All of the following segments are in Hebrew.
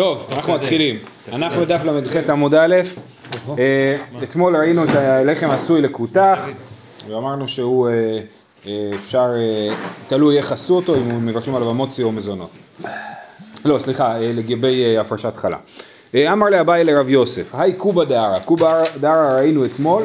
טוב, אנחנו מתחילים. אנחנו בדף למ"ח עמוד א', אתמול ראינו את הלחם עשוי לקותח, ואמרנו שהוא אפשר, תלוי איך עשו אותו, אם מברכים עליו מוציא או מזונות. לא, סליחה, לגבי הפרשת חלה. אמר לאביי לרב יוסף, היי קובה דהרה, קובה דהרה ראינו אתמול,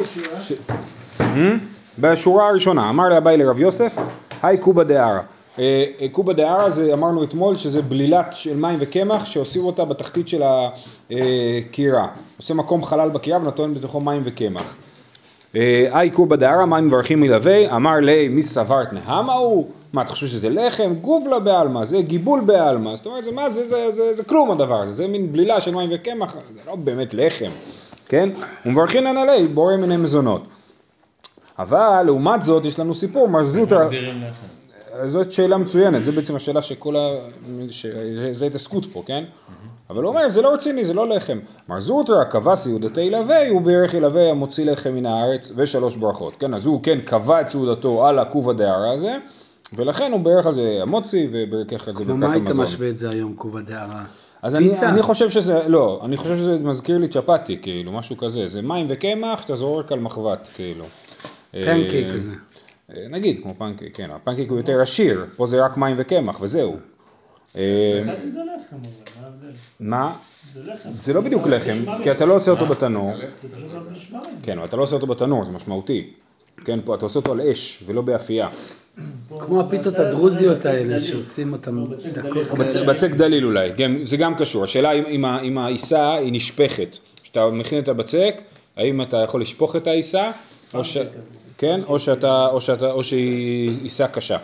בשורה הראשונה, אמר לאביי לרב יוסף, היי קובה דהרה. קובה דהרה זה אמרנו אתמול שזה בלילת של מים וקמח שעושים אותה בתחתית של הקירה, עושה מקום חלל בקירה ונותן בתוכו מים וקמח. היי קובה דהרה, מה מברכים מלווה? אמר לי, מי סברת נהמה הוא? מה אתה חושב שזה לחם? גובלה בעלמה, זה גיבול בעלמה, זאת אומרת, מה זה כלום הדבר הזה, זה מין בלילה של מים וקמח, זה לא באמת לחם, כן? ומברכים עלי, בורא מיני מזונות. אבל לעומת זאת יש לנו סיפור, מרזוטרה, זאת שאלה מצוינת, זה בעצם השאלה זה התעסקות פה, כן? אבל הוא אומר, זה לא רציני, זה לא לחם. מרזוטרה, קבע סעודתי ילווה, הוא בירך ילווה המוציא לחם מן הארץ ושלוש ברכות, כן? אז הוא כן קבע את סעודתו על הקובה דהרה הזה, ולכן הוא בירך על זה המוציא וברכך על זה ברכת המזון. מה היית משווה את זה היום, קובה דהרה? אז אני חושב שזה, לא, אני חושב שזה מזכיר לי צ'פטי, כאילו, משהו כזה, זה מים וקמח, שאתה זורק על מחבת, כאילו. פנקייק כזה. נגיד, כמו פנקייק, כן, הפנקייק הוא יותר עשיר, פה זה רק מים וקמח, וזהו. זה לחם, מה? זה לחם. זה לא בדיוק לחם, כי אתה לא עושה אותו בתנור. זה פשוט לא נשמע. כן, אבל אתה לא עושה אותו בתנור, זה משמעותי. כן, פה אתה עושה אותו על אש, ולא באפייה. כמו הפיתות הדרוזיות האלה שעושים אותם דקות כאלה. בצק דליל אולי, זה גם קשור. השאלה אם העיסה היא נשפכת. כשאתה מכין את הבצק, האם אתה יכול לשפוך את העיסה, כן, או שהיא עיסה קשה.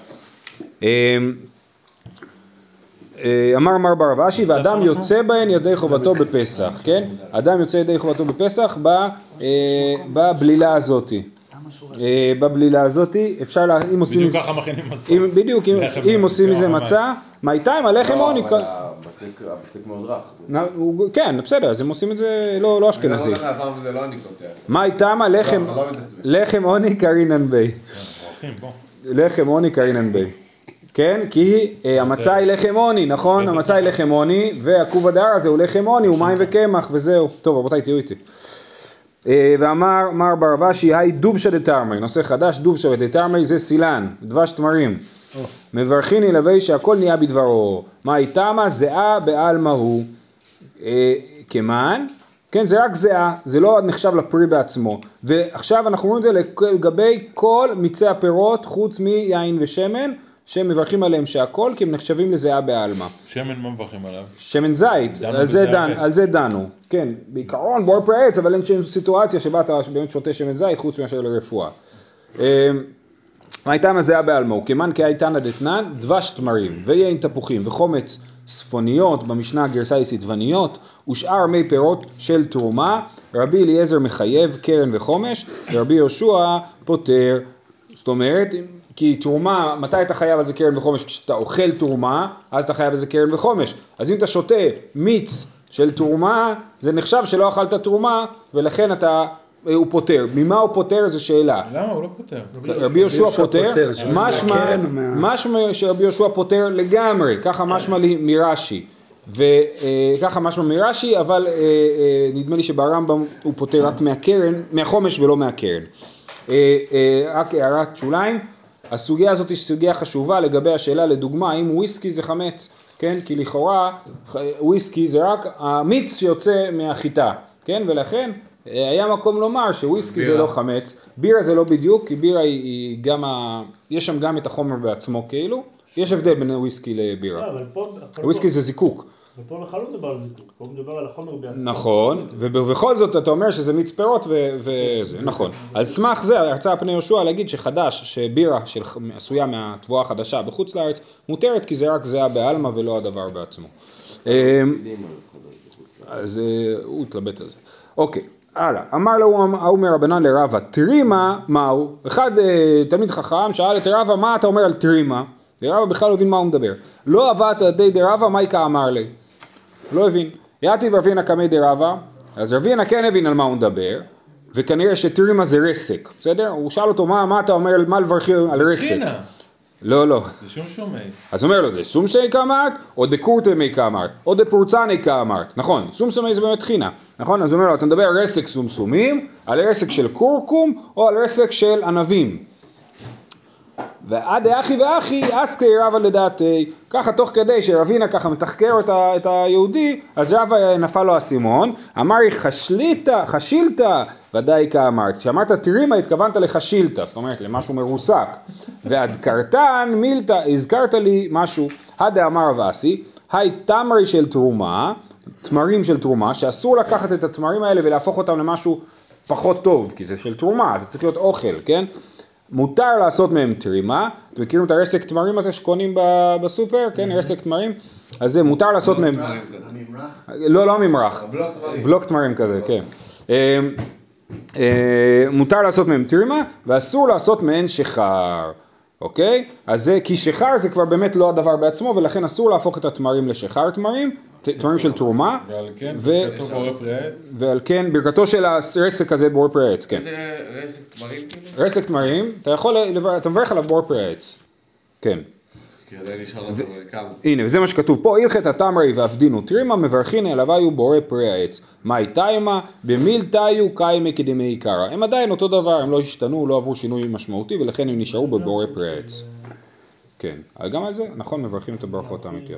אמר מר בר אבשי, ואדם יוצא בהן ידי חובתו בפסח, כן? אדם יוצא ידי חובתו בפסח בבלילה הזאתי. בבלילה הזאתי, אפשר לה... בדיוק ככה מכינים מצה. בדיוק, אם עושים מזה מצה, מה איתה עם הלחם עוני? הבצק מאוד רך. כן, בסדר, אז הם עושים את זה לא אשכנזי. זה לא אני כותב. מה איתם לחם עוני קרינן בי. לחם עוני קרינן בי. כן, כי המצה היא לחם עוני, נכון? המצה היא לחם עוני, והקובה דהרה הזה הוא לחם עוני, הוא מים וקמח, וזהו. טוב, רבותיי, תהיו איתי. ואמר מר בר אבשי, היי דובשא דתרמי, נושא חדש, דובשא דתרמי זה סילן, דבש תמרים. מברכין ילווה שהכל נהיה בדברו. מה איתמה? זהה בעלמא הוא. כמן? כן, זה רק זהה, זה לא נחשב לפרי בעצמו. ועכשיו אנחנו רואים את זה לגבי כל מיצי הפירות, חוץ מיין ושמן, שמברכים עליהם שהכל, כי הם נחשבים לזהה בעלמא. שמן מה מברכים עליו? שמן זית, על זה דנו. כן, בעיקרון בור פרי עץ, אבל אין שם סיטואציה שבה אתה באמת שותה שמן זית, חוץ מאשר לרפואה. מה הייתה מזהה בעלמא? כמן כהייתנא דתנן, דבש תמרים, ויין תפוחים, וחומץ צפוניות, במשנה הגרסה היא סטבניות, ושאר מי פירות של תרומה, רבי אליעזר מחייב קרן וחומש, ורבי יהושע פוטר, זאת אומרת, כי תרומה, מתי אתה חייב על זה קרן וחומש? כשאתה אוכל תרומה, אז אתה חייב על זה קרן וחומש. אז אם אתה שותה מיץ של תרומה, זה נחשב שלא אכלת תרומה, ולכן הוא פוטר. ממה הוא פוטר? זו שאלה. למה? הוא לא פוטר. רבי יהושע פוטר, משמע שרבי יהושע פוטר לגמרי, ככה משמע לי מרש"י. וככה משמע מרש"י, אבל נדמה לי שברמב"ם הוא פוטר רק מהחומש ולא מהקרן. רק הערת שוליים. הסוגיה הזאת היא סוגיה חשובה לגבי השאלה לדוגמה האם וויסקי זה חמץ, כן? כי לכאורה וויסקי זה רק המיץ שיוצא מהחיטה, כן? ולכן היה מקום לומר שוויסקי זה לא חמץ, בירה זה לא בדיוק, כי בירה היא גם, יש שם גם את החומר בעצמו כאילו, יש הבדל בין וויסקי לבירה, וויסקי זה זיקוק. ופה בכלל לא מדבר על זיקוק, פה מדבר על החומר בעצמו. נכון, ובכל זאת אתה אומר שזה מיץ פירות וזה, נכון. על סמך זה, הרצאה פני יהושע להגיד שחדש, שבירה עשויה מהתבואה החדשה בחוץ לארץ, מותרת כי זה רק זהה בעלמא ולא הדבר בעצמו. אז הוא התלבט על זה. אוקיי, הלאה. אמר לו האומר רבנן לרבא, תרימה מהו? אחד תלמיד חכם שאל את רבא, מה אתה אומר על תרימה? ורבא בכלל לא הבין מה הוא מדבר. לא עבדת די דרבא, מייקה אמר לי. לא הבין. יעתי ורבינה קמי דרבא, אז רבינה כן הבין על מה הוא מדבר, וכנראה שתרימה זה רסק, בסדר? הוא שאל אותו, מה אתה אומר, מה לברכי על רסק? לא. זה שום שומי. אז אומר לו, דה סומשי כאמרת, או דה קורטמי כאמרת, או דה פורצני כאמרת, נכון, סומסומי זה באמת חינה, נכון? אז אומר לו, אתה מדבר על רסק סומסומים, על רסק של קורקום, או על רסק של ענבים. ועד אחי ואחי, אסקי רבא לדעתי, ככה תוך כדי שרבינה ככה מתחקר את היהודי, אז רבא נפל לו הסימון, אמר לי חשילתא, ודאי כאמרת, כשאמרת תרימה התכוונת לחשילתא, זאת אומרת למשהו מרוסק, ועד קרתן מילתא, הזכרת לי משהו, הדא אמר רבאסי, היי תמרי של תרומה, תמרים של תרומה, שאסור לקחת את התמרים האלה ולהפוך אותם למשהו פחות טוב, כי זה של תרומה, זה צריך להיות אוכל, כן? מותר לעשות מהם תרימה, אתם מכירים את הרסק תמרים הזה שקונים בסופר, כן, רסק תמרים, אז זה מותר לעשות מהם, לא ממרח, בלוק תמרים כזה, כן, מותר לעשות מהם תרימה, ואסור לעשות מהן שחר, אוקיי, אז זה, כי שחר זה כבר באמת לא הדבר בעצמו, ולכן אסור להפוך את התמרים לשחר תמרים, תמרים של תרומה, ועל כן ברכתו בורא פרי העץ. ועל כן ברכתו של הרסק הזה בורא פרי העץ, כן. איזה רסק תמרים כאילו? רסק תמרים, אתה מברך עליו בורא פרי העץ, כן. כי עדיין נשאר לנו כמה. הנה, וזה מה שכתוב פה, הלכת התמרי ואבדינו תרימה, מברכין אליו היו בורא פרי העץ. מאי תיימה, במיל תיו קיימי כדמי עיקרא. הם עדיין אותו דבר, הם לא השתנו, לא עברו שינוי משמעותי, ולכן הם נשארו בבורא פרי העץ. כן, גם על זה, נכון, מברכים את הברכות האמיתיות.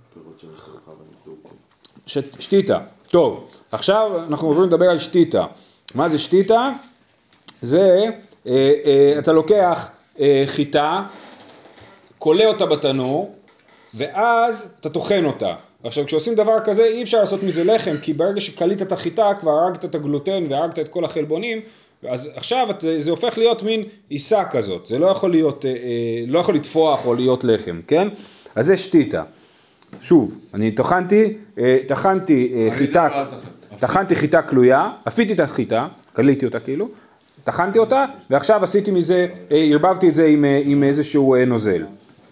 שתיתה, טוב, עכשיו אנחנו עוברים לדבר על שתיתה. מה זה שתיתה? זה, אתה לוקח חיטה, קולה אותה בתנור, ואז אתה טוחן אותה. עכשיו כשעושים דבר כזה אי אפשר לעשות מזה לחם, כי ברגע שקלית את החיטה כבר הרגת את הגלוטן והרגת את כל החלבונים, אז עכשיו זה הופך להיות מין עיסה כזאת, זה לא יכול להיות, לא יכול לתפוח או להיות לחם, כן? אז זה שתיתה. שוב, אני טחנתי חיטה קלויה, אפיתי את החיטה, קליתי אותה כאילו, טחנתי אותה, ועכשיו עשיתי מזה, הרבבתי את זה עם איזשהו נוזל.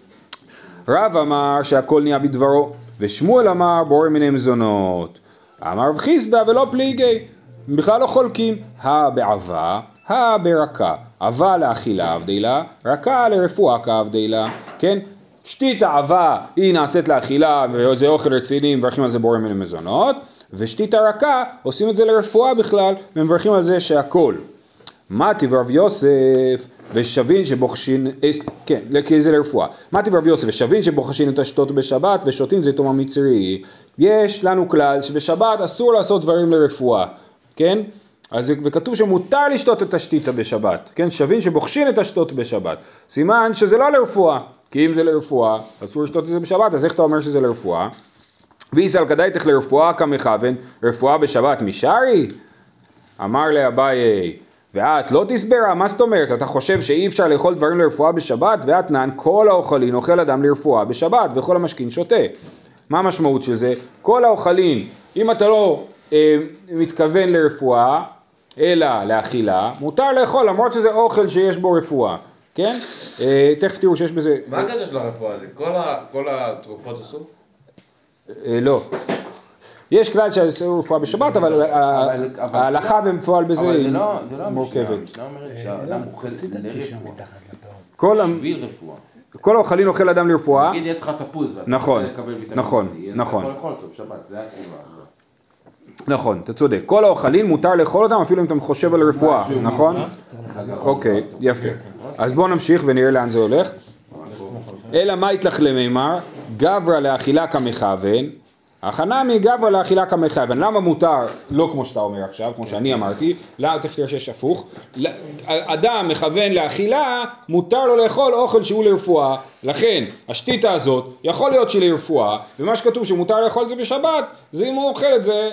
רב אמר שהכל נהיה בדברו, ושמואל אמר בורא מיני מזונות. אמר רב חיסדא ולא פליגי, בכלל לא חולקים, בעבה, ברכה, עבה לאכילה עבדילה, רכה לרפואה כעבדילה, כן? שתית עבה היא נעשית לאכילה וזה אוכל רציני, מברכים על זה בורא מיני מזונות, ושתית הרכה עושים את זה לרפואה בכלל, ומברכים על זה שהכל. מתי ורב יוסף ושבין שבוחשין, כן, כי זה לרפואה. מתי ורב יוסף ושבין שבוחשין את השתות בשבת ושותין זה תום המצרי. יש לנו כלל שבשבת אסור לעשות דברים לרפואה, כן? אז וכתוב שמותר לשתות את השתיתה בשבת, כן? שבין שבוחשין את השתות בשבת. סימן שזה לא לרפואה, כי אם זה לרפואה, אסור לשתות את זה בשבת, אז איך אתה אומר שזה לרפואה? ויסל כדאיתך לרפואה כמכוון, רפואה בשבת משארי? אמר לאביי, ואת לא תסברה, מה זאת אומרת? אתה חושב שאי אפשר לאכול דברים לרפואה בשבת? ואת נען כל האוכלין אוכל אדם לרפואה בשבת, וכל המשכין שותה. מה המשמעות של זה? כל האוכלין, אם אתה לא מתכוון לרפואה, אלא לאכילה, מותר לאכול, למרות שזה אוכל שיש בו רפואה, כן? תכף תראו שיש בזה... מה הקטע של הרפואה הזה? כל התרופות אסור? לא. יש כלל שאסור רפואה בשבת, אבל ההלכה בפועל בזה היא מורכבת. המשנה אומרת שהאדם אוכל לרפואה. בשביל רפואה. כל האוכלין אוכל אדם לרפואה. נגיד יש לך תפוז ואתה נכון, רוצה לקבל ויטמין נכון, C, אז נכון. אתה יכול לאכול אותו בשבת, זה התרומה. נכון, אתה צודק. כל האוכלין מותר לאכול אותם אפילו אם אתה חושב על רפואה, נכון? אוקיי, יפה. אז בואו נמשיך ונראה לאן זה הולך. אלא מה יתלך למימר? גברא לאכילה כמכוון. החנמי גברא לאכילה כמכוון. למה מותר, לא כמו שאתה אומר עכשיו, כמו שאני אמרתי, תכף תראה שיש הפוך, אדם מכוון לאכילה, מותר לו לאכול אוכל שהוא לרפואה, לכן השתיתה הזאת יכול להיות שהיא לרפואה, ומה שכתוב שמותר לאכול את זה בשבת, זה אם הוא אוכל את זה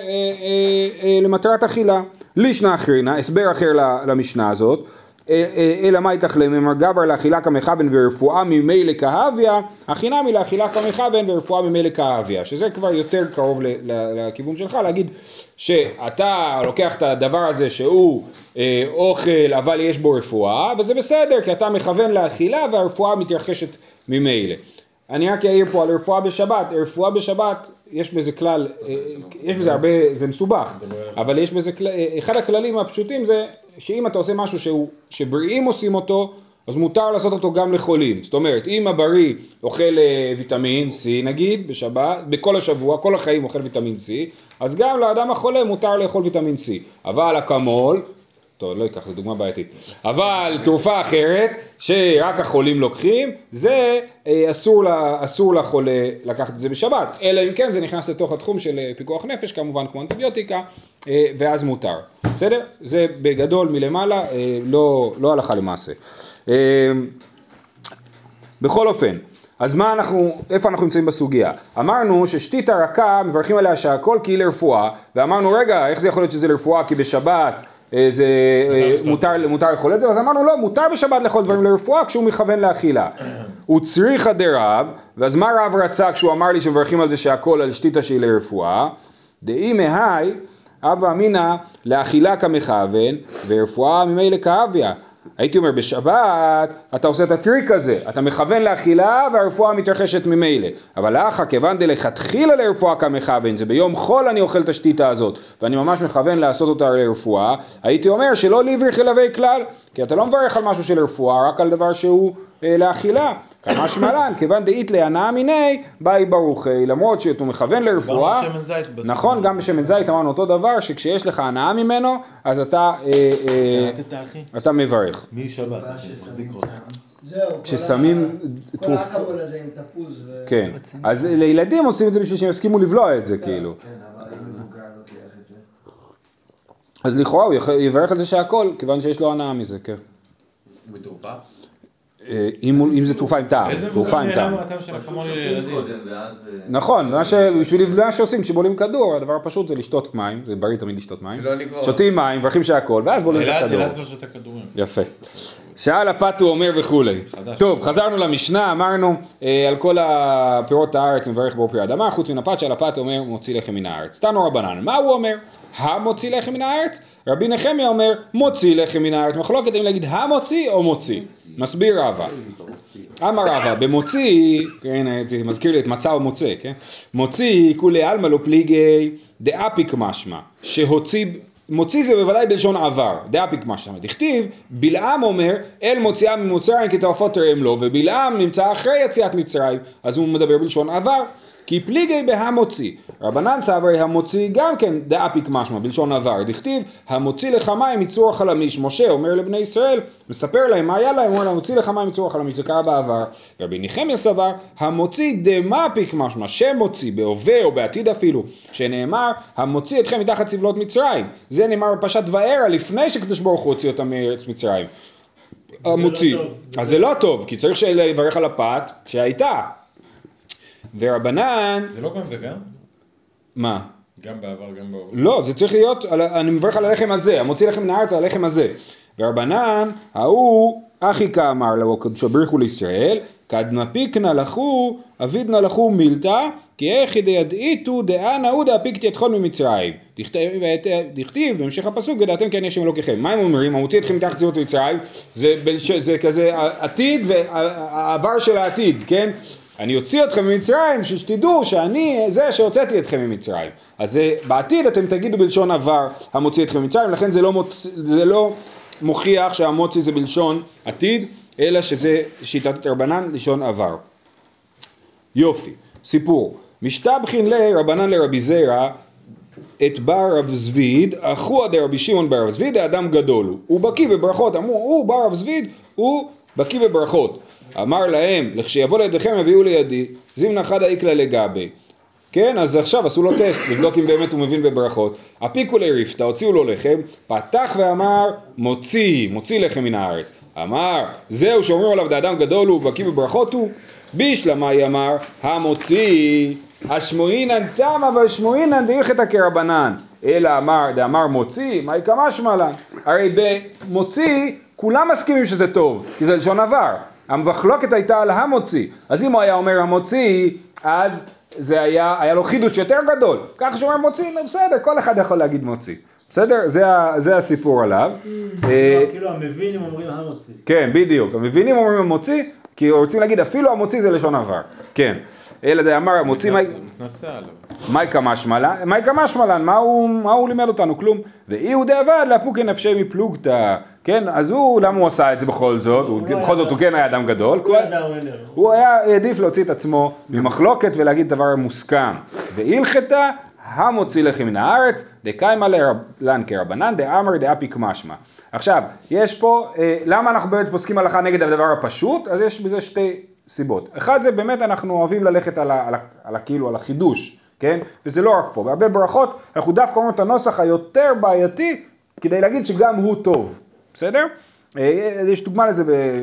למטרת אכילה. לישנא אחרינה, הסבר אחר למשנה הזאת, אלא מה יתך למימר גברא לאכילה כמכוון ורפואה ממילא כהביא, החינמי לאכילה כמכוון ורפואה ממילא כהביא, שזה כבר יותר קרוב לכיוון שלך, להגיד שאתה לוקח את הדבר הזה שהוא אוכל אבל יש בו רפואה, וזה בסדר כי אתה מכוון לאכילה והרפואה מתרחשת ממילא. אני רק אעיר פה על רפואה בשבת, רפואה בשבת יש בזה כלל, יש בזה הרבה, זה מסובך, אבל יש בזה, אחד הכללים הפשוטים זה שאם אתה עושה משהו שבריאים עושים אותו, אז מותר לעשות אותו גם לחולים. זאת אומרת, אם הבריא אוכל ויטמין C נגיד בשבת, בכל השבוע, כל החיים אוכל ויטמין C, אז גם לאדם החולה מותר לאכול ויטמין C. אבל אקמול, טוב, לא אקח, זו דוגמה בעייתית. אבל תרופה אחרת, שרק החולים לוקחים, זה אסור לחולה לקחת את זה בשבת. אלא אם כן זה נכנס לתוך התחום של פיקוח נפש, כמובן כמו אנטיביוטיקה, ואז מותר. בסדר? זה בגדול מלמעלה, לא הלכה למעשה. בכל אופן, אז איפה אנחנו נמצאים בסוגיה? אמרנו ששתית הרכה, מברכים עליה שהכל כי היא לרפואה, ואמרנו רגע, איך זה יכול להיות שזה לרפואה? כי בשבת זה מותר לאכול את זה, אז אמרנו לא, מותר בשבת לאכול דברים לרפואה כשהוא מכוון לאכילה. הוא צריכה דרב, ואז מה רב רצה כשהוא אמר לי שמברכים על זה שהכל על שתיתה שהיא לרפואה? דאי מהי, אבא אמינא לאכילה כמכוון, ורפואה ממילא כאביה. הייתי אומר, בשבת אתה עושה את הטריק הזה, אתה מכוון לאכילה והרפואה מתרחשת ממילא. אבל לאחר כיוון דלכתחילה לרפואה כמכוון, זה ביום חול אני אוכל את השתיתה הזאת, ואני ממש מכוון לעשות אותה לרפואה, הייתי אומר שלא ליברי חלבי כלל, כי אתה לא מברך על משהו של רפואה, רק על דבר שהוא לאכילה. כמה שמלן, כיוון דאית להנאה מיני, באי ברוכי, למרות שאתה מכוון לרפואה, נכון, גם בשמן זית אמרנו אותו דבר, שכשיש לך הנאה ממנו, אז אתה מברך. מי שבת, מחזיק אותך. כששמים כל האקבול הזה עם תפוז. כן, אז לילדים עושים את זה בשביל שהם יסכימו לבלוע את זה, כאילו. כן, אבל אם מבוגר לוקח את זה. אז לכאורה הוא יברך על זה שהכל, כיוון שיש לו הנאה מזה, כן. בתרופה? אם זה תרופה עם טעם, תרופה עם טעם. נכון, בשביל מה שעושים כשבולים כדור, הדבר הפשוט זה לשתות מים, זה בריא תמיד לשתות מים, שותים מים, מברכים שהכל, ואז בולים את הכדור. אלעד לא שותה כדורים. יפה. שאל הפת הוא אומר וכולי. טוב, חזרנו למשנה, אמרנו על כל הפירות הארץ מברך בו פרי אדמה, חוץ מן הפת שעל הפת אומר מוציא לחם מן הארץ. תנו רבנן, מה הוא אומר? המוציא לחם מן הארץ? רבי נחמיה אומר מוציא לחם מן הארץ. מחלוקת אם להגיד המוציא או מוציא. מסביר רבא. אמר רבא, במוציא, כן, זה מזכיר לי את מצה או מוצא, כן? מוציא כולי עלמא לא פליגי דאפיק משמע, שהוציא, מוציא זה בוודאי בלשון עבר, דאפיק משמע. דכתיב, בלעם אומר, אל מוציאה ממצרים כי תעופות תרם לו, ובלעם נמצא אחרי יציאת מצרים, אז הוא מדבר בלשון עבר. כי פליגי בהמוציא, רבנן סברי המוציא גם כן דאפיק משמע, בלשון עבר, דכתיב, המוציא לך מים מצור החלמיש, משה אומר לבני ישראל, מספר להם מה היה להם, הוא אומר, המוציא לך מים מצור החלמיש, זה קרה בעבר, ורבי נחמיה סבר, המוציא דמאפיק משמע, שמוציא, בהווה או בעתיד אפילו, שנאמר, המוציא אתכם מתחת סבלות מצרים, זה נאמר בפרשת וערה, לפני שקדוש ברוך הוא הוציא אותם מארץ מצרים, המוציא, אז זה לא טוב, כי צריך לברך על הפת שהייתה, ורבנן... זה לא גם וגם? מה? גם בעבר, גם בעבר. לא, זה צריך להיות, אני מברך על הלחם הזה, המוציא לחם מן הארץ על הלחם הזה. ורבנן, ההוא, אחיקה אמר לו, שבריחו לישראל, כדמפיקנה לכו, אבידנה לכו מילתא, כי איך ידעיתו דאנה הוא דאפיקתי אתכון ממצרים. דכתיב בהמשך הפסוק, ודעתם כן יש שם אלוקיכם. מה הם אומרים? המוציא אתכם מתחת סבלות מצרים, זה כזה עתיד והעבר של העתיד, כן? אני אוציא אתכם ממצרים, שתדעו שאני זה שהוצאתי אתכם ממצרים. אז בעתיד אתם תגידו בלשון עבר המוציא אתכם ממצרים, לכן זה לא מוכיח שהמוציא זה בלשון עתיד, אלא שזה שיטת רבנן לשון עבר. יופי, סיפור. משתבחין לרבנן לרבי זרע את בר רב זביד, אחוה דרבי שמעון בר רב זביד, האדם גדול הוא בקיא בברכות, אמרו, הוא בר רב זביד, הוא בקיא בברכות. אמר להם, לכשיבוא לידיכם יביאו לידי, זימנה חדה איקלה לגבי. כן, אז עכשיו עשו לו טסט, לבדוק אם באמת הוא מבין בברכות. הפיקו לריפתא, הוציאו לו לחם, פתח ואמר, מוציא לחם מן הארץ. אמר, זהו שאומרים עליו דאדם גדול הוא בקיא בברכות הוא, בישלמי אמר, המוציא, השמועינן תמה והשמועינן דהלכתא כרבנן. אלא אמר מוציא, מהי כמה שמלן? הרי במוציא, כולם מסכימים שזה טוב, כי זה לשון עבר. המחלוקת הייתה על המוציא, אז אם הוא היה אומר המוציא, אז זה היה לו חידוש יותר גדול. ככה שאומר מוציא, בסדר, כל אחד יכול להגיד מוציא. בסדר? זה הסיפור עליו. כאילו המבינים אומרים המוציא. כן, בדיוק. המבינים אומרים המוציא, כי רוצים להגיד אפילו המוציא זה לשון עבר. כן. אלא אמר המוציא, מתנסה עליו. מהי כמה שמלן? מה הוא לימד אותנו? כלום. ואי הוא דאבד לאפוקי נפשי מפלוגתא. כן, אז למה הוא עשה את זה בכל זאת? בכל זאת הוא כן היה אדם גדול. הוא ידע, הוא אלר. הוא היה העדיף להוציא את עצמו ממחלוקת ולהגיד דבר מוסכם. והלכתה המוציא לחם מן הארץ, דקיימה לן כרבנן, דאמר דאפיק משמע. עכשיו, יש פה, למה אנחנו באמת פוסקים הלכה נגד הדבר הפשוט? אז יש בזה שתי סיבות. אחד זה באמת אנחנו אוהבים ללכת על החידוש, כן? וזה לא רק פה. בהרבה ברכות אנחנו דווקא אומרים את הנוסח היותר בעייתי, כדי להגיד שגם הוא טוב. בסדר? יש דוגמה לזה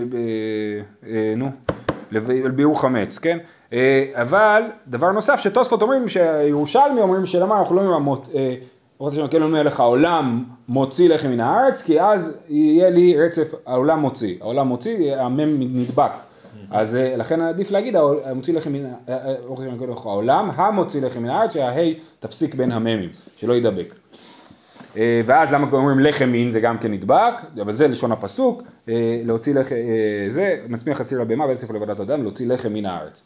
בביאור חמץ, כן? אבל דבר נוסף שתוספות אומרים, שירושלמי אומרים שלמה אנחנו לא אומרים, כן אומר לך, העולם מוציא לחם מן הארץ, כי אז יהיה לי רצף, העולם מוציא, המם נדבק. אז לכן עדיף להגיד, העולם המוציא לחם מן הארץ, שההי תפסיק בין הממים, שלא ידבק. ואז למה אומרים לחם מין זה גם כן נדבק, אבל זה לשון הפסוק, להוציא לחם, זה מצמיח חסיר לבהמה ואסף לבדת אדם, להוציא לחם מן הארץ.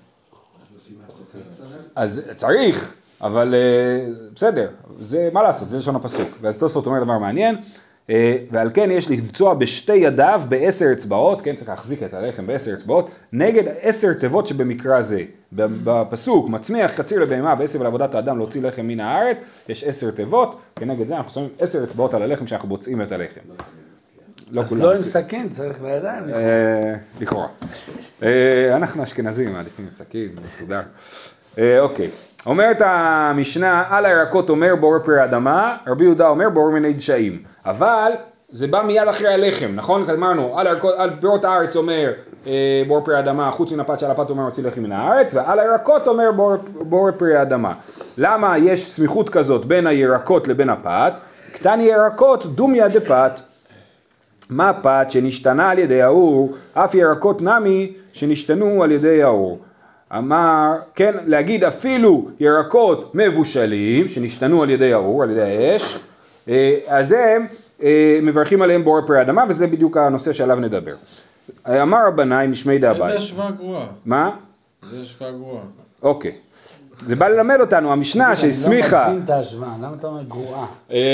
אז צריך, אבל בסדר, זה מה לעשות, זה לשון הפסוק. ואז תוספות אומר דבר מעניין, ועל כן יש לבצוע בשתי ידיו ב10 אצבעות, כן, צריך להחזיק את הלחם ב10 אצבעות, נגד 10 תיבות שבמקרא זה. בפסוק, מצמיח קציר לבהמה ואסף לעבודת האדם להוציא לחם מן הארץ, יש 10 תיבות, כנגד זה אנחנו שמים 10 אצבעות על הלחם כשאנחנו בוצעים את הלחם. אז לא עם סכין, צריך בידיים. לכאורה. אנחנו אשכנזים, מעדיפים עם סכין, מסודר. אוקיי. אומרת המשנה, על הירקות אומר בורא פרי אדמה, רבי יהודה אומר בורא מיני דשאים. אבל זה בא מיד אחרי הלחם, נכון? אמרנו, על פירות הארץ אומר בורא פרי אדמה, חוץ מן הפת שעל הפת אומר מוציא לחם מן הארץ, ועל הירקות אומר בורא פרי אדמה. למה יש סמיכות כזאת בין הירקות לבין הפת? קטן ירקות דומיה דפת. מה פת שנשתנה על ידי האור, אף ירקות נמי שנשתנו על ידי האור. אמר, כן, להגיד אפילו ירקות מבושלים שנשתנו על ידי האור, על ידי האש, אז הם מברכים עליהם בורא פרי אדמה, וזה בדיוק הנושא שעליו נדבר. אמר רבנאי משמי דאביי. איזה השוואה גרועה. מה? זה השוואה גרועה. אוקיי. זה בא ללמד אותנו, המשנה שהסמיכה. אני לא מבין את ההשוואה, למה אתה אומר גרועה?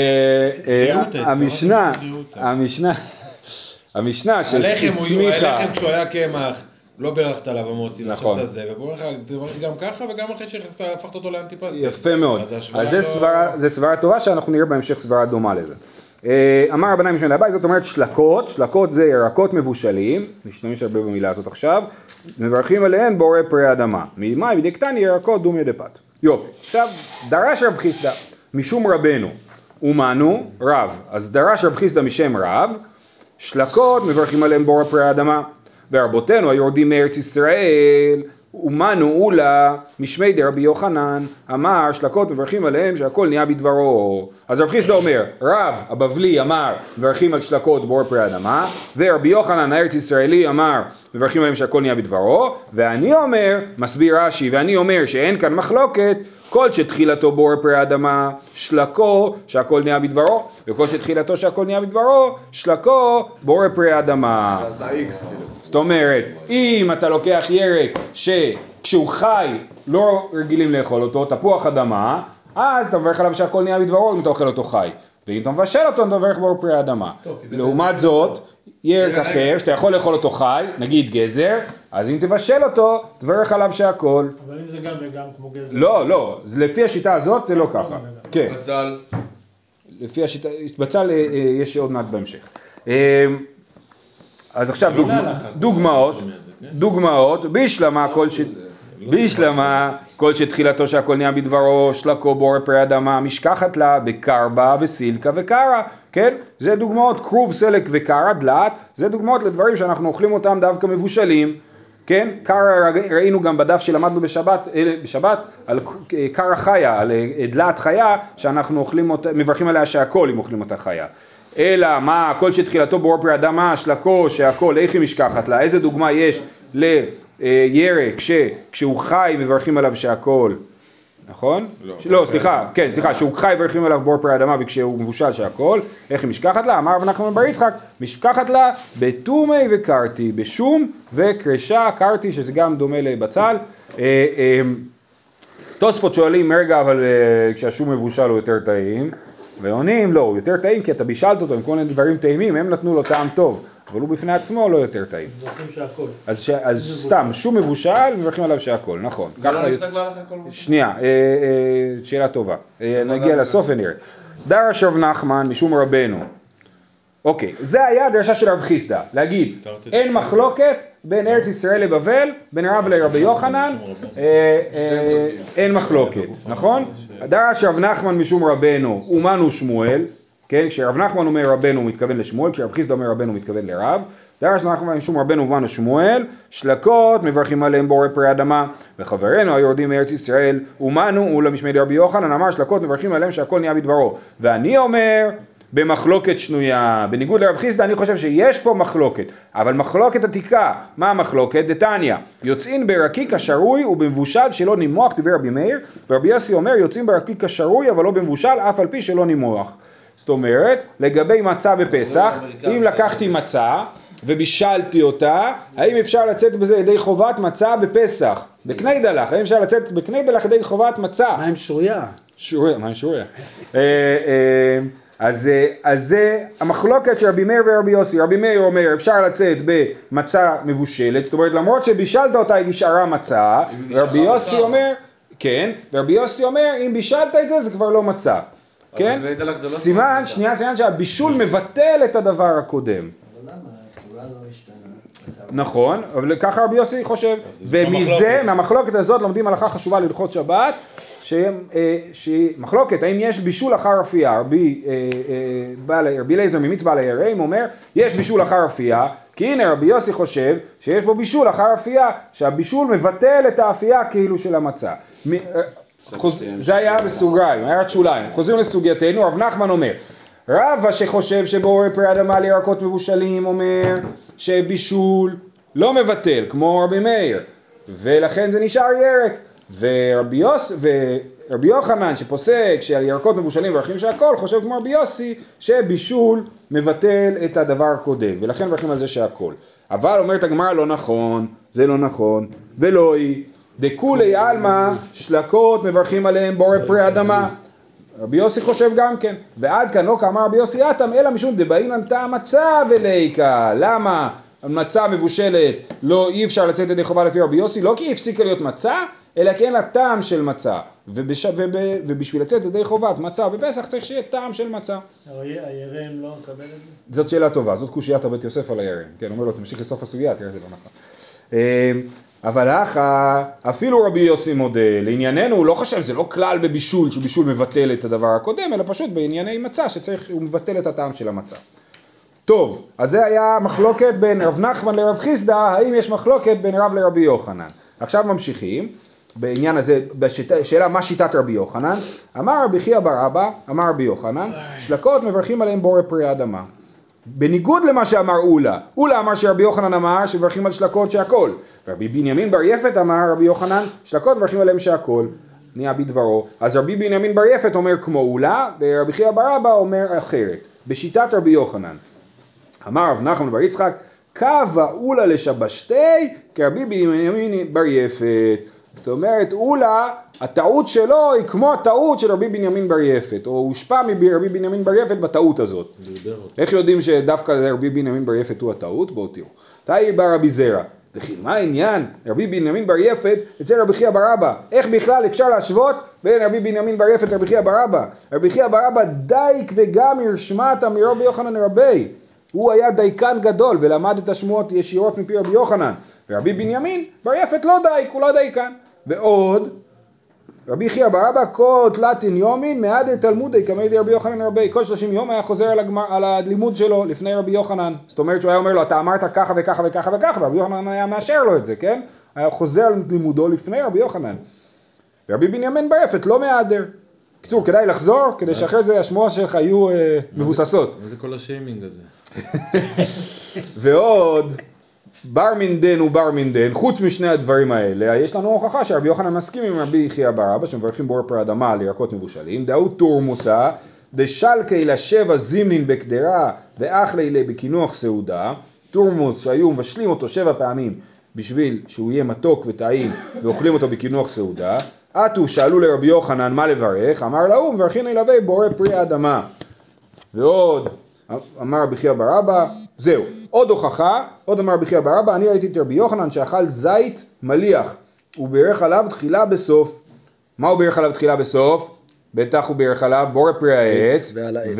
המשנה שהסמיכה. הלחם כשהוא היה קמח, לא ברכת עליו המוציא לעשות את זה, ובוא לך, תברך גם ככה וגם אחרי שהפכת אותו לאנטיפסטי. יפה מאוד. אז זה סברה טובה שאנחנו נראה בהמשך סברה דומה לזה. אמר רבנן משמי דאביי, זאת אומרת שלקות זה ירקות מבושלים, נשתמש הרבה במילה הזאת עכשיו, מברכים עליהן בורא פרי אדמה. ממאי בדקתן ירקות דומיה דפת. יופי. עכשיו, דרש רב חיסדא משום רבנו, ומנו רב. אז דרש רב חיסדא משם רב, שלקות מברכים עליהן בורא פרי אדמה. ורבותינו היורדים מארץ ישראל, ומנו אולה משמי דרבי יוחנן, אמר שלקות מברכים עליהם שהכל נהיה בדברו. אז רב חיסדא אומר, רב הבבלי אמר מברכים על שלקות בורא פרי אדמה, ורבי יוחנן הארץ ישראלי אמר מברכים עליהם שהכל נהיה בדברו, ואני אומר, מסביר רש"י, ואני אומר שאין כאן מחלוקת, כל שתחילתו בורא פרי אדמה, שלקו שהכל נהיה בדברו, וכל שתחילתו שהכל נהיה בדברו, שלקו בורא פרי אדמה. אז ה-X כאילו. זאת אומרת, אם אתה לוקח ירק שכשהוא חי לא רגילים לאכול אותו, תפוח אדמה, אז אתה מברך עליו שהכל נהיה בדברו אם אתה אוכל אותו חי. ואם אתה מבשל אותו, אתה מברך בורא פרי אדמה. לעומת זאת, ירק אחר שאתה יכול לאכול אותו חי, נגיד גזר, אז אם תבשל אותו, תברך עליו שהכל. אבל אם זה גם וגם כמו גזר. לא, לפי השיטה הזאת זה לא ככה. כן. בצל. לפי השיטה, בצל יש עוד מעט בהמשך. אז עכשיו דוגמאות, בישלמה כל שתחילתו שהכל נהיה בדברו, שלקו בורא פרי אדמה, משכחת לה בקרבה וסילקה וקרה, כן? זה דוגמאות, כרוב, סלק וקרה, דלת, זה דוגמאות לדברים שאנחנו אוכלים אותם דווקא מבושלים, כן? קרה ראינו גם בדף שלמדנו בשבת על קרה חיה, על דלת חיה, שאנחנו אוכלים אותה, מברכים עליה שהכל אם אוכלים אותה חיה. אלא מה, כל שתחילתו בורא פרי אדמה, שלקו, שהכל, איך היא משכחת לה, איזה דוגמה יש לירק כשהוא חי מברכים עליו שהכל, נכון? לא, סליחה, שהוא חי מברכים עליו בורא פרי אדמה וכשהוא מבושל שהכל, איך היא משכחת לה? אמר רב נחמן בר יצחק, משכחת לה בתומי וקרתי, בשום וקרשה, קרתי שזה גם דומה לבצל. תוספות שואלים רגע, אבל כשהשום מבושל הוא יותר טעים. ועונים לא, הוא יותר טעים כי אתה בישלת אותו עם כל מיני דברים טעימים, הם נתנו לו טעם טוב, אבל הוא בפני עצמו לא יותר טעים. זוכרים שהכל. אז סתם, שום מבושל, מברכים עליו שהכל, נכון. זה לא נפסק להלכה כל מבושל? שנייה, שאלה טובה, נגיע לסוף ונראה. דרש רב נחמן משום רבנו. אוקיי, זה היה הדרשה של רב חיסדא, להגיד, אין מחלוקת בין ארץ ישראל לבבל, בין רב לרבי יוחנן, אין מחלוקת, נכון? דרש רב נחמן משום רבנו, אומנו שמואל, כן, כשרב נחמן אומר רבנו הוא מתכוון לשמואל, כשרב חיסדא אומר רבנו הוא מתכוון לרב, דרש נחמן משום רבנו אומנו שמואל, שלקות מברכים עליהם בורא פרי אדמה, וחברינו היורדים מארץ ישראל, אומנו ולמשמי דרבי יוחנן, אמר שלקות מברכים עליהם שהכל נהיה בדברו, ואני אומר במחלוקת שנויה, בניגוד לרב חיסדא אני חושב שיש פה מחלוקת, אבל מחלוקת עתיקה, מה המחלוקת? דתניא, יוצאים ברקיק השרוי ובמבושל שלא נימוח, דבר רבי מאיר, ורבי יוסי אומר יוצאים ברקיק השרוי אבל לא במבושל אף על פי שלא נימוח. זאת אומרת, לגבי מצה בפסח, אם לקחתי מצה ובישלתי אותה, האם אפשר לצאת בזה ידי חובת מצה בפסח? בקני דלך, האם אפשר לצאת בקני דלך ידי חובת מצה? מה עם שרויה? שרויה, מה עם שרויה? אז זה המחלוקת של רבי מאיר ורבי יוסי. רבי מאיר אומר אפשר לצאת במצה מבושלת, זאת אומרת למרות שבישלת אותה היא נשארה מצה, ורבי יוסי אומר, כן, ורבי יוסי אומר אם בישלת את זה זה כבר לא מצה, כן? סימן, שנייה סימן שהבישול מבטל את הדבר הקודם. אבל למה? הצורה לא השתנה. נכון, אבל ככה רבי יוסי חושב, ומזה, מהמחלוקת הזאת לומדים הלכה חשובה להלכות שבת, שהיא מחלוקת, האם יש בישול אחר אפייה, רבי אליעזר ממיץ בעל היראים אומר, יש בישול אחר אפייה, כי הנה רבי יוסי חושב שיש פה בישול אחר אפייה, שהבישול מבטל את האפייה כאילו של המצה. זה היה בסוגריים, היה שוליים, חוזרים לסוגייתנו, רב נחמן אומר, רבא שחושב שבורא פרי אדמה לירקות מבושלים אומר שבישול לא מבטל, כמו רבי מאיר, ולכן זה נשאר ירק. ורבי יוחנן שפוסק שעל ירקות מבושלים וערכים שהכל חושב כמו רבי יוסי שבישול מבטל את הדבר הקודם ולכן מברכים על זה שהכל. אבל אומרת הגמרא לא נכון, זה לא נכון ולא היא דכולי עלמא שלקות מברכים עליהם בורא פרי אדמה. רבי יוסי חושב גם כן, ועד כאן לא כאמר רבי יוסי אתם אלא משום דבעינן טעם מצה וליקה. למה מצה מבושלת לא אי אפשר לצאת ידי חובה לפי רבי יוסי? לא כי הפסיקה להיות מצה אלא כי אין לה טעם של מצה, ובשביל לצאת ידי חובת מצה בפסח צריך שיהיה טעם של מצה. הירם לא מקבל את זה? זאת שאלה טובה, זאת קושיית הבית יוסף על הירם, כן, אומר לו תמשיך לסוף הסוגיה, תראה זה לא נכון. אבל אפילו רבי יוסי מודה, לענייננו הוא לא חושב, זה לא כלל בבישול, שבישול מבטל את הדבר הקודם, אלא פשוט בענייני מצה שצריך, הוא מבטל את הטעם של המצה. טוב, אז זה היה מחלוקת בין רב נחמן לרב חיסדא, האם יש מחלוקת בין רב לרבי יוחנן. עכשיו ממשיכים. בעניין הזה, בשאלה מה שיטת רבי יוחנן, אמר רבי חייא בר אבא, אמר רבי יוחנן, שלקות מברכים עליהם בורא פרי אדמה. בניגוד למה שאמר אולה אמר שרבי יוחנן אמר שמברכים על שלקות שהכל. ורבי בנימין בר יפת אמר רבי יוחנן, שלקות מברכים עליהם שהכל. נהיה בדברו. אז רבי בנימין בר יפת אומר כמו אולה, ורבי חייא בר אבא אומר אחרת. בשיטת רבי יוחנן. אמר רב נחמן בר יצחק, קבע אולה לשבשתי כרבי בנימין בר יפת. זאת אומרת, אולה, הטעות שלו היא כמו הטעות של רבי בנימין בר יפת, או הושפע מרבי בנימין בר יפת בטעות הזאת. איך יודעים שדווקא רבי בנימין בר יפת הוא הטעות? בואו תראו. תאי בא רבי זרע. וכי מה העניין? רבי בנימין בר יפת אצל רבי חייא בר אבא. איך בכלל אפשר להשוות בין רבי בנימין בר יפת לרבי חייא בר אבא? רבי חייא בר אבא דייק וגם הרשמעת מרבי יוחנן רבי. הוא היה דייקן גדול ולמד את השמועות ישירות מפי רבי יוחנן. ורבי בנימין בר יפת לא דייק, הוא לא דייקן. ועוד, רבי חייא בר אבא כל תלתין יומין מהדר תלמודי כמי די רבי יוחנן רבי. כל 30 יום היה חוזר על הלימוד שלו לפני רבי יוחנן. זאת אומרת שהוא היה אומר לו, אתה אמרת ככה וככה וככה וככה, ורבי יוחנן היה מאשר לו את זה, כן? היה חוזר על לימודו לפני רבי יוחנן. ורבי בנימין בר יפת לא מהדר. קצור, כדאי לחזור, כדי שאחרי זה השמועות שלך יהיו מבוססות. מה זה כל השיימינג הזה? ועוד, בר מינדן ובר מינדן, חוץ משני הדברים האלה, יש לנו הוכחה שרבי יוחנן מסכים עם רבי חייא בר אבא, שמברכים בורא פרי אדמה על ירקות מבושלים, דאו תורמוסה, דשלקי לשבע זימנין בקדרה, ואחלי בקינוח סעודה, תורמוס שהיו מבשלים אותו 7 פעמים, בשביל שהוא יהיה מתוק וטעים, ואוכלים אותו בקינוח סעודה, עטו שאלו לרבי יוחנן מה לברך, אמר להו מברכין ילווה בורא פרי אדמה. ועוד אמר רבי חייא בר אבא, זהו, עוד הוכחה, עוד אמר רבי חייא בר אבא, אני ראיתי את רבי יוחנן שאכל זית מליח, הוא בירך עליו תחילה בסוף. מה הוא בירך עליו תחילה בסוף? בטח הוא בירך עליו בורא פרי העץ,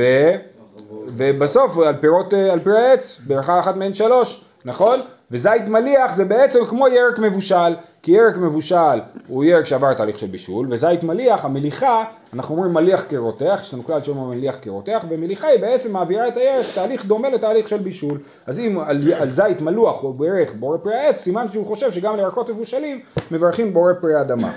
ובסוף על פרי העץ, ברכה אחת מהן 3, נכון? וזית מליח זה בעצם כמו ירק מבושל, כי ירק מבושל הוא ירק שעבר תהליך של בישול, וזית מליח, המליחה, אנחנו אומרים מליח כרותח, יש לנו כלל שאומר מליח כרותח, ומליחה היא בעצם מעבירה את הירק, תהליך דומה לתהליך של בישול. אז אם על זית מלוח הוא בירך בורא פרי העץ, סימן שהוא חושב שגם לירקות מבושלים מברכים בורא פרי אדמה.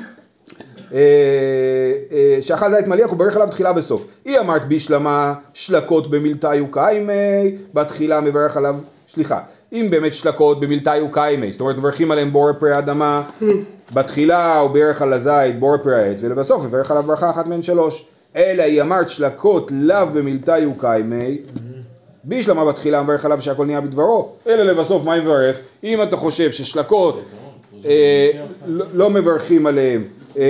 שאכל זית מליח הוא ברך עליו תחילה בסוף. היא אמרת בישלמה שלקות במילתא יוקיימי, בתחילה מברך עליו, סליחה, אם באמת שלקות במילתא יוקיימי, זאת אומרת מברכים עליהם בורא פרי אדמה, בתחילה הוא ברך על הזית בורא פרי העץ, ולבסוף מברך עליו ברכה אחת מהן 3. אלא היא אמרת שלקות לאו במילתא יוקיימי, בישלמה בתחילה מברך עליו שהכל נהיה בדברו, אלא לבסוף מה מברך? אם אתה חושב ששלקות לא מברכים עליהם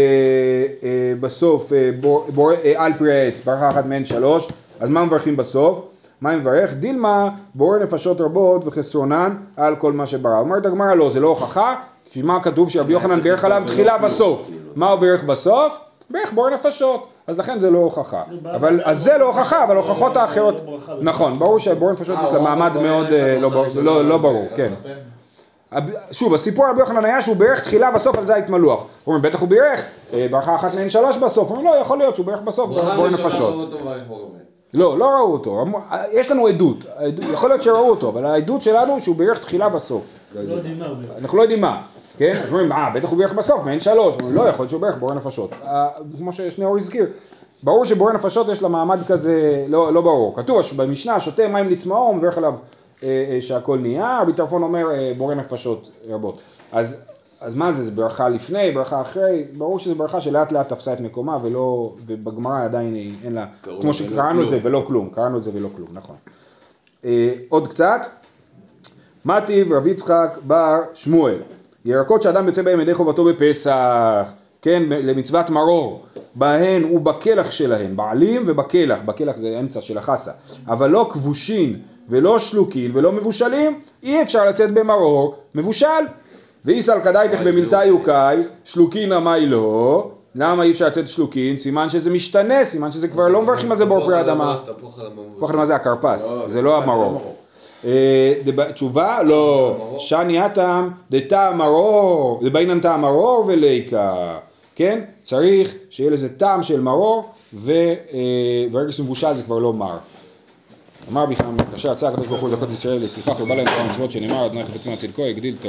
בסוף על פרי העץ, ברכה אחת מהן 3, אז מה מברכים בסוף? מה מברך? דילמה בורא נפשות רבות וחסרונן על כל מה שברא. אומרת הגמרא לא, זה לא הוכחה, כי מה כתוב שרבי יוחנן בירך עליו תחילה בסוף? מה הוא בירך בסוף? בירך בורא נפשות, אז לכן זה לא הוכחה. אז זה לא הוכחה, אבל הוכחות האחרות, נכון, ברור שבורא נפשות יש לה מעמד מאוד לא ברור, כן. שוב, הסיפור רבי יוחנן היה שהוא בירך תחילה בסוף על זית מלוח. אומרים, בטח הוא בירך, ברכה אחת מהן 3 בסוף. אומרים, לא, יכול להיות שהוא בירך בסוף, בורא נפשות. לא, לא ראו אותו. יש לנו עדות. יכול להיות שראו אותו, אבל העדות שלנו שהוא בירך תחילה בסוף. אנחנו לא יודעים מה. כן? אז אומרים, בטח הוא בירך בסוף, מהן 3. אומרים, לא, יכול להיות שהוא בירך בורא נפשות. כמו ששניאור הזכיר. ברור שבורא נפשות יש לה מעמד כזה, לא ברור. כתוב, במשנה, שותה מים לצמאו, הוא מברך עליו שהכל נהיה, רבי טרפון אומר בורא נפשות רבות. אז מה זה? זה ברכה לפני, ברכה אחרי? ברור שזה ברכה שלאט לאט תפסה את מקומה ובגמרא עדיין אין לה, כמו שקראנו את זה ולא כלום, קראנו את זה ולא כלום, נכון. עוד קצת, מטיב רבי יצחק בר שמואל, ירקות שאדם יוצא בהם ידי חובתו בפסח, כן, למצוות מרור, בהן ובקלח שלהם, בעלים ובקלח, בקלח זה אמצע של החסה, אבל לא כבושין ולא שלוקין ולא מבושלים, אי אפשר לצאת במרור מבושל. ואיסל כדאיתך במילתא יוקאי, שלוקין אמי לא, למה אי אפשר לצאת שלוקין? סימן שזה משתנה, סימן שזה כבר לא מברכים על זה בור פרי אדמה. תפוח אדמה זה הקרפס, זה לא המרור. תשובה? לא, שני הטעם דטעם מרור, דבעינן טעם מרור וליקה, כן? צריך שיהיה לזה טעם של מרור, וברגע שמבושל זה כבר לא מר. אמר בכלל, כאשר יצא הקדוש ברוך הוא לזכות ישראל, לפיכך ובא להם תורה מצוות שנאמר, אדוני חפצים על צדקו, הגדיל תורה.